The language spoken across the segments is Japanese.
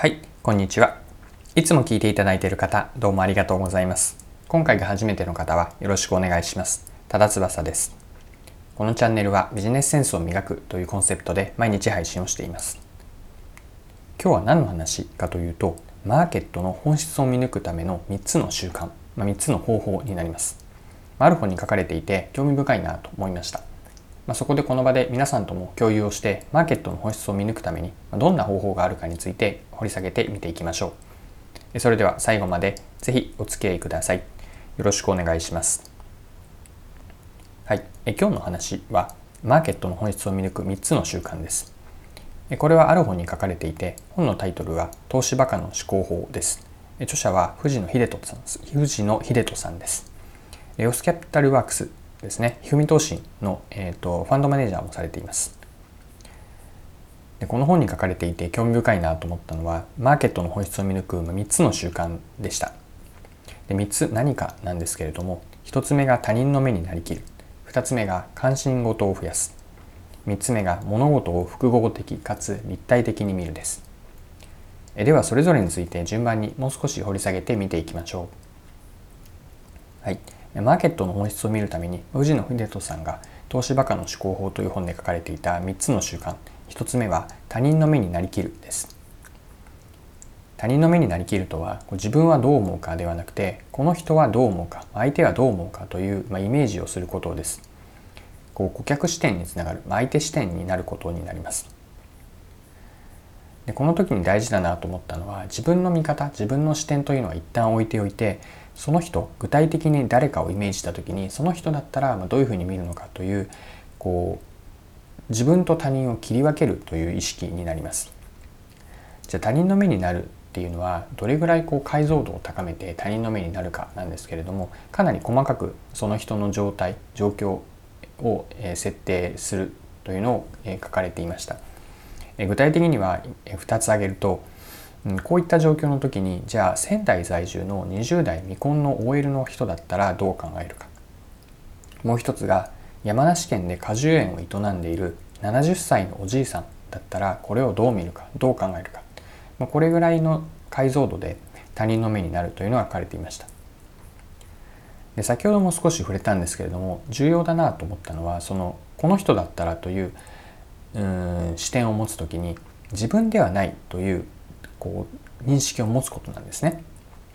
はい、こんにちは。いつも聞いていただいている方、どうもありがとうございます。今回が初めての方はよろしくお願いします。多田翼です。このチャンネルはビジネスセンスを磨くというコンセプトで毎日配信をしています。今日は何の話かというと、マーケットの本質を見抜くための3つの習慣、3つの方法になります。ある本に書かれていて興味深いなと思いました。そこでこの場で皆さんとも共有をしてマーケットの本質を見抜くためにどんな方法があるかについて掘り下げてみていきましょう。それでは最後までぜひお付き合いください。よろしくお願いします。はい、今日の話はマーケットの本質を見抜く3つの習慣です。これはある本に書かれていて、本のタイトルは投資バカの思考法です。著者は藤野秀人さんです。レオスキャピタルワークスですね、ひふみ投資の、ファンドマネージャーもされています。でこの本に書かれていて興味深いなと思ったのは、マーケットの本質を見抜く3つの習慣でした。で3つ何かなんですけれども、1つ目が他人の目になりきる、2つ目が関心事を増やす、3つ目が物事を複合的かつ立体的に見るです。ではそれぞれについて順番にもう少し掘り下げて見ていきましょう。はい、マーケットの本質を見るために藤野秀人さんが投資バカの思考法という本で書かれていた3つの習慣、1つ目は他人の目になりきるです。他人の目になりきるとは、自分はどう思うかではなくて、この人はどう思うか、相手はどう思うかという、イメージをすることです。顧客視点につながる、相手視点になることになります。でこの時に大事だなと思ったのは、自分の見方、自分の視点というのは一旦置いておいて、その人、具体的に誰かをイメージした時に、その人だったらどういうふうに見るのかという、自分と他人を切り分けるという意識になります。じゃあ他人の目になるっていうのはどれぐらい解像度を高めて他人の目になるかなんですけれども、かなり細かくその人の状態、状況を設定するというのを書かれていました。具体的には2つ挙げると、こういった状況の時に、じゃあ仙台在住の20代未婚の OL の人だったらどう考えるか。もう一つが山梨県で果樹園を営んでいる70歳のおじいさんだったらこれをどう見るか、どう考えるか。これぐらいの解像度で他人の目になるというのが書かれていました。で先ほども少し触れたんですけれども、重要だなと思ったのは、この人だったらという視点を持つときに、自分ではないという認識を持つことなんですね。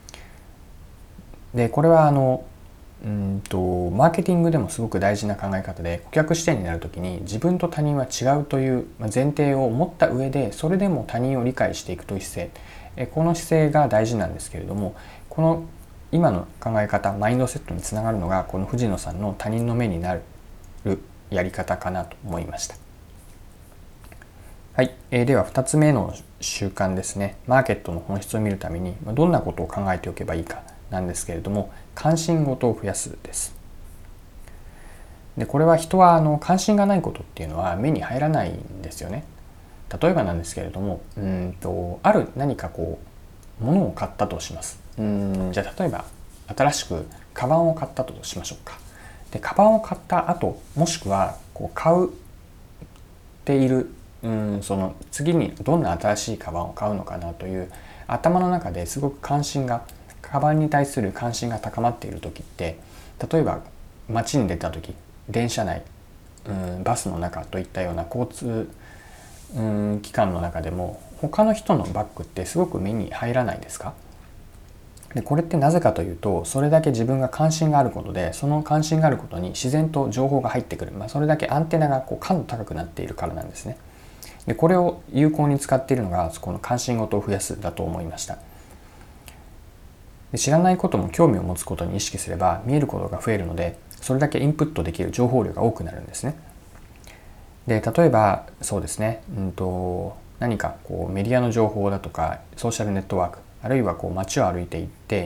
でこれはマーケティングでもすごく大事な考え方で、顧客視点になるときに自分と他人は違うという前提を持った上で、それでも他人を理解していくという姿勢、この姿勢が大事なんですけれども、この今の考え方、マインドセットにつながるのがこの藤野さんの他人の目になるやり方かなと思いました。はい、では2つ目の習慣ですね。マーケットの本質を見るためにどんなことを考えておけばいいかなんですけれども、関心事を増やすです。でこれは人は関心がないことっていうのは目に入らないんですよね。例えばなんですけれども、ある何か物を買ったとします。じゃあ例えば新しくカバンを買ったとしましょうか。でカバンを買った後、もしくは買っているその次にどんな新しいカバンを買うのかなという頭の中ですごくカバンに対する関心が高まっている時って、例えば街に出た時、電車内、バスの中といったような交通機関の中でも、他の人のバッグってすごく目に入らないですか？でこれってなぜかというと、それだけ自分が関心があることで、その関心があることに自然と情報が入ってくる、それだけアンテナが感度高くなっているからなんですね。でこれを有効に使っているのがこの関心事を増やすだと思いました。で知らないことも興味を持つことに意識すれば見えることが増えるので、それだけインプットできる情報量が多くなるんですね。で例えばそうですね、何かメディアの情報だとかソーシャルネットワーク、あるいは街を歩いていって、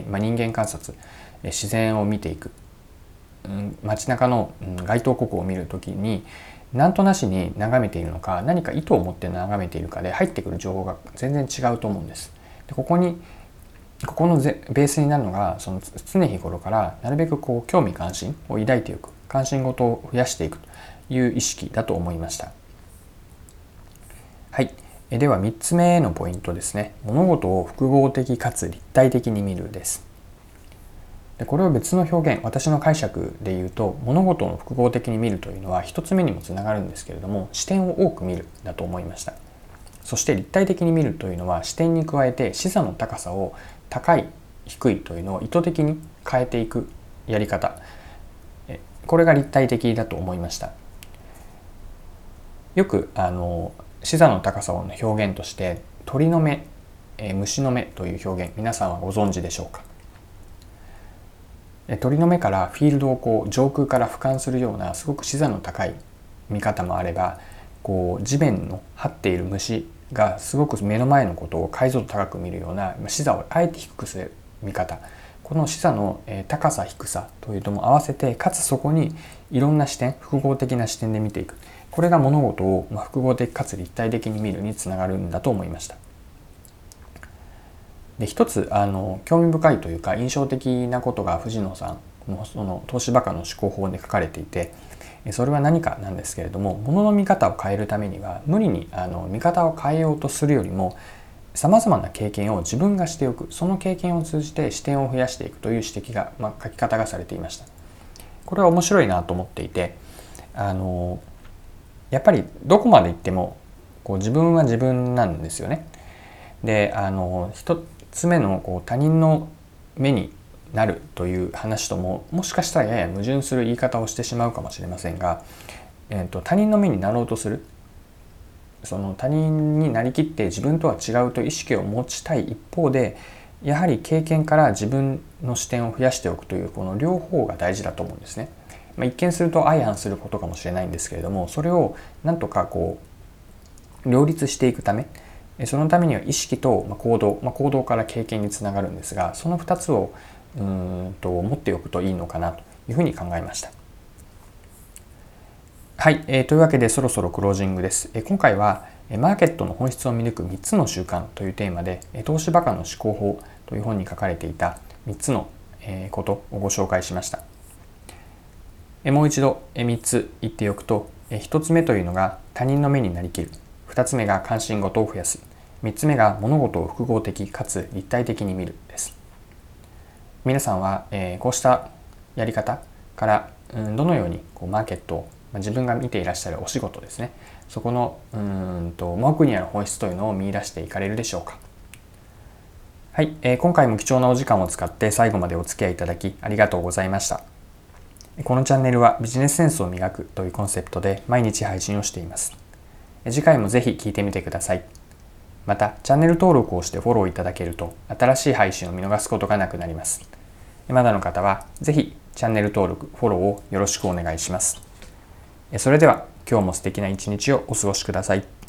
人間観察、自然を見ていく、街中の街頭国を見るときになんとなしに眺めているのか、何か意図を持って眺めているかで入ってくる情報が全然違うと思うんです。でここのベースになるのが、常日頃からなるべく興味関心を抱いていく、関心事を増やしていくという意識だと思いました。はい、 では3つ目のポイントですね。物事を複合的かつ立体的に見るです。でこれを別の表現、私の解釈で言うと、物事を複合的に見るというのは1つ目にもつながるんですけれども、視点を多く見るだと思いました。そして立体的に見るというのは、視点に加えて視座の高さを高い低いというのを意図的に変えていくやり方、これが立体的だと思いました。よく視座の高さの表現として鳥の目、虫の目という表現、皆さんはご存知でしょうか。鳥の目からフィールドを上空から俯瞰するようなすごく視座の高い見方もあれば、地面の張っている虫がすごく目の前のことを解像度高く見るような視座をあえて低くする見方、この視座の高さ低さというのも合わせて、かつそこにいろんな視点、複合的な視点で見ていく、これが物事を複合的かつ立体的に見るにつながるんだと思いました。で一つ興味深いというか印象的なことが藤野さんのその東芝家の思考法で書かれていて、それは何かなんですけれども、物の見方を変えるためには無理に見方を変えようとするよりも、さまざまな経験を自分がしておく、その経験を通じて視点を増やしていくという指摘が、書き方がされていました。これは面白いなと思っていて、やっぱりどこまで行っても自分は自分なんですよね。で一つ目の他人の目になるという話とももしかしたらやや矛盾する言い方をしてしまうかもしれませんが、他人の目になろうとする、その他人になりきって自分とは違うという意識を持ちたい一方で、やはり経験から自分の視点を増やしておくというこの両方が大事だと思うんですね。一見すると相反することかもしれないんですけれども、それをなんとか両立していくため、そのためには意識と行動、行動から経験につながるんですが、その2つを持っておくといいのかなというふうに考えました。はい、というわけでそろそろクロージングです。今回はマーケットの本質を見抜く3つの習慣というテーマで、東芝家の思考法という本に書かれていた3つのことをご紹介しました。もう一度3つ言っておくと、1つ目というのが他人の目になりきる、2つ目が関心事を増やす、3つ目が物事を複合的かつ立体的に見るです。皆さんはこうしたやり方からどのようにマーケットを、自分が見ていらっしゃるお仕事ですね、そこの奥にある本質というのを見出していかれるでしょうか。はい、今回も貴重なお時間を使って最後までお付き合いいただきありがとうございました。このチャンネルはビジネスセンスを磨くというコンセプトで毎日配信をしています。次回もぜひ聞いてみてください。また、チャンネル登録をしてフォローいただけると新しい配信を見逃すことがなくなります。まだの方はぜひチャンネル登録、フォローをよろしくお願いします。それでは今日も素敵な一日をお過ごしください。